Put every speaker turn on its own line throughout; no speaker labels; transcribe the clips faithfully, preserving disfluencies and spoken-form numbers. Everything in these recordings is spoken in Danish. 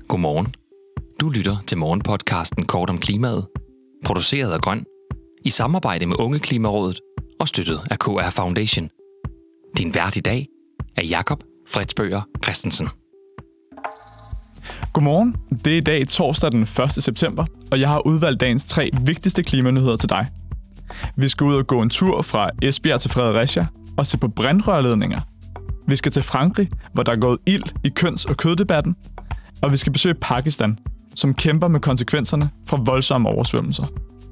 Godmorgen. Du lytter til morgenpodcasten Kort om klimaet, produceret af Grøn, i samarbejde med Unge Klimarådet og støttet af K R Foundation. Din vært i dag er Jakob Fredsbøger Christensen.
Godmorgen. Det er i dag torsdag den første september, og jeg har udvalgt dagens tre vigtigste klimanyheder til dig. Vi skal ud og gå en tur fra Esbjerg til Fredericia og se på brintrørledninger. Vi skal til Frankrig, hvor der er gået ild i køns- og køddebatten. Og vi skal besøge Pakistan, som kæmper med konsekvenserne fra voldsomme oversvømmelser.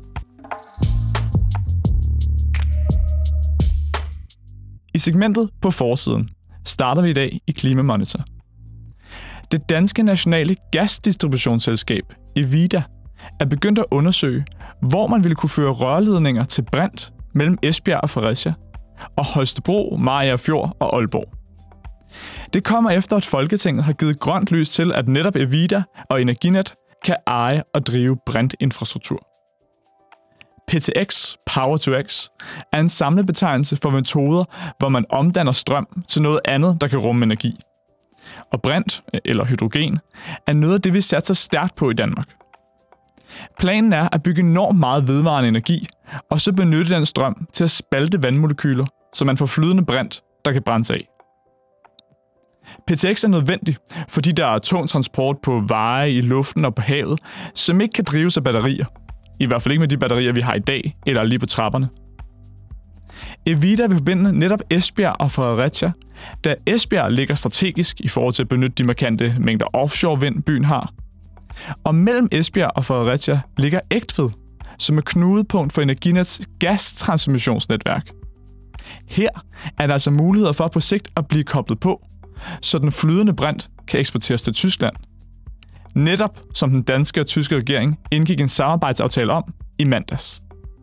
I segmentet på forsiden starter vi i dag i Klimamonitor. Det danske nationale gasdistributionsselskab, Evida, er begyndt at undersøge, hvor man ville kunne føre rørledninger til brint mellem Esbjerg og Fredericia, og Holstebro, Mariagerfjord og Aalborg. Det kommer efter, at Folketinget har givet grønt lys til, at netop Evida og Energinet kan eje og drive brintinfrastruktur. P T X, Power to X, er en samlebetegnelse for metoder, hvor man omdanner strøm til noget andet, der kan rumme energi. Og brint, eller hydrogen, er noget af det, vi satser stærkt på i Danmark. Planen er at bygge enormt meget vedvarende energi, og så benytte den strøm til at spalte vandmolekyler, så man får flydende brint, der kan brændes af. P T X er nødvendig, fordi der er tung transport på veje, i luften og på havet, som ikke kan drives af batterier. I hvert fald ikke med de batterier, vi har i dag, eller lige på trapperne. Evida vil forbinde netop Esbjerg og Fredericia, da Esbjerg ligger strategisk i forhold til at benytte de markante mængder offshore vind, byen har. Og mellem Esbjerg og Fredericia ligger Egtved, som er knudepunkt for Energinets gastransmissionsnetværk. Her er der altså muligheder for på sigt at blive koblet på, så den flydende brint kan eksporteres til Tyskland. Netop som den danske og tyske regering indgik en samarbejdsaftale om i mandags.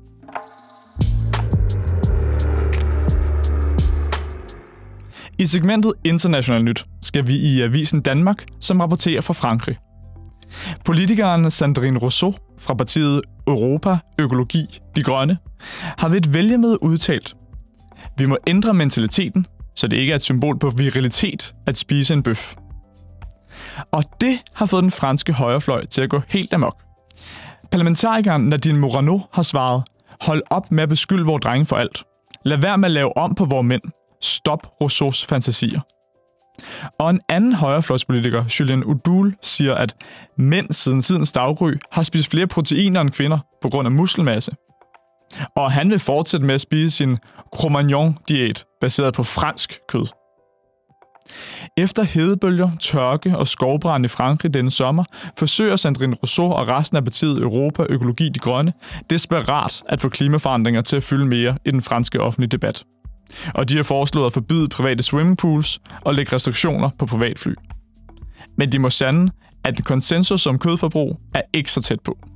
I segmentet International Nyt skal vi i Avisen Danmark, som rapporterer fra Frankrig. Politikeren Sandrine Rousseau fra partiet Europa, Økologi, De Grønne, har ved et vælgermøde udtalt: Vi må ændre mentaliteten, så det ikke er et symbol på virilitet at spise en bøf. Og det har fået den franske højrefløj til at gå helt amok. Parlamentarikeren Nadine Morano har svaret: Hold op med at beskylde vores drenge for alt. Lad være med at lave om på vores mænd. Stop Rousseaus fantasier. Og en anden højrefløjspolitiker, Julien Udul, siger, at mænd siden tidens daggry har spist flere proteiner end kvinder på grund af muskelmasse. Og han vil fortsætte med at spise sin Cro-Magnon-diæt baseret på fransk kød. Efter hedebølger, tørke og skovbrand i Frankrig denne sommer, forsøger Sandrine Rousseau og resten af partiet Europa, Økologi, De Grønne desperat at få klimaforandringer til at fylde mere i den franske offentlige debat. Og de har foreslået at forbyde private swimmingpools og lægge restriktioner på privatfly. Men de må sande, at konsensus om kødforbrug er ikke så tæt på.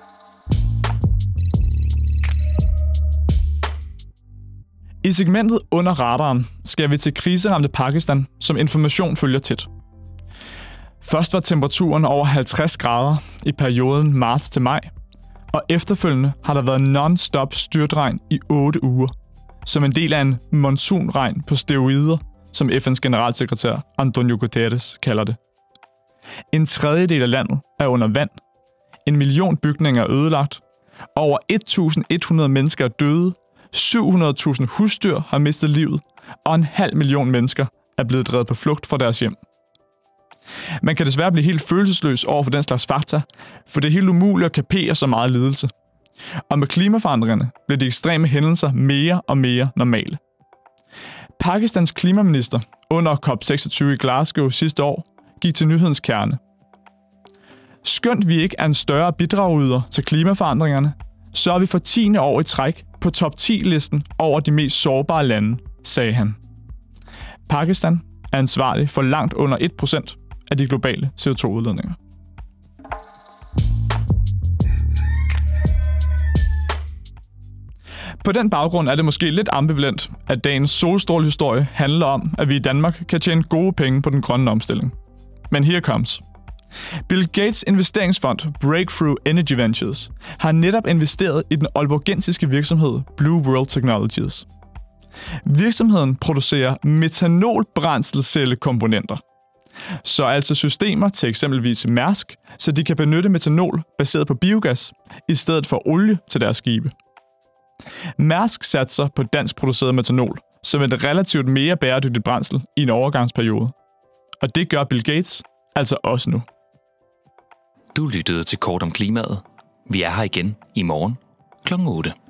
I segmentet under radaren skal vi til kriseramte Pakistan, som Information følger tæt. Først var temperaturen over halvtreds grader i perioden marts til maj, og efterfølgende har der været non-stop styrtregn i otte uger, som en del af en monsunregn på steroider, som F N's generalsekretær Antonio Guterres kalder det. En tredjedel af landet er under vand, en million bygninger er ødelagt, over et tusind et hundrede mennesker er døde, syv hundrede tusind husdyr har mistet livet, og en halv million mennesker er blevet drevet på flugt fra deres hjem. Man kan desværre blive helt følelsesløs over for den slags fakta, for det er helt umuligt at kapere så meget lidelse. Og med klimaforandringerne bliver de ekstreme hændelser mere og mere normale. Pakistans klimaminister under COP seksogtyve i Glasgow sidste år gik til nyhedens kerne. Skønt vi ikke er en større bidragyder til klimaforandringerne, så er vi for tiende år i træk på top ti-listen over de mest sårbare lande, sagde han. Pakistan er ansvarlig for langt under et procent af de globale C O to udledninger. På den baggrund er det måske lidt ambivalent, at dagens solstrålehistorie handler om, at vi i Danmark kan tjene gode penge på den grønne omstilling. Men here comes. Bill Gates' investeringsfond Breakthrough Energy Ventures har netop investeret i den aalborgensiske virksomhed Blue World Technologies. Virksomheden producerer metanolbrændselscellekomponenter. Så altså systemer til eksempelvis Mærsk, så de kan benytte metanol baseret på biogas, i stedet for olie til deres skibe. Mærsk satser på dansk produceret metanol, som et relativt mere bæredygtigt brændsel i en overgangsperiode. Og det gør Bill Gates altså også nu.
Du lyttede til Kort om klimaet. Vi er her igen i morgen klokken otte.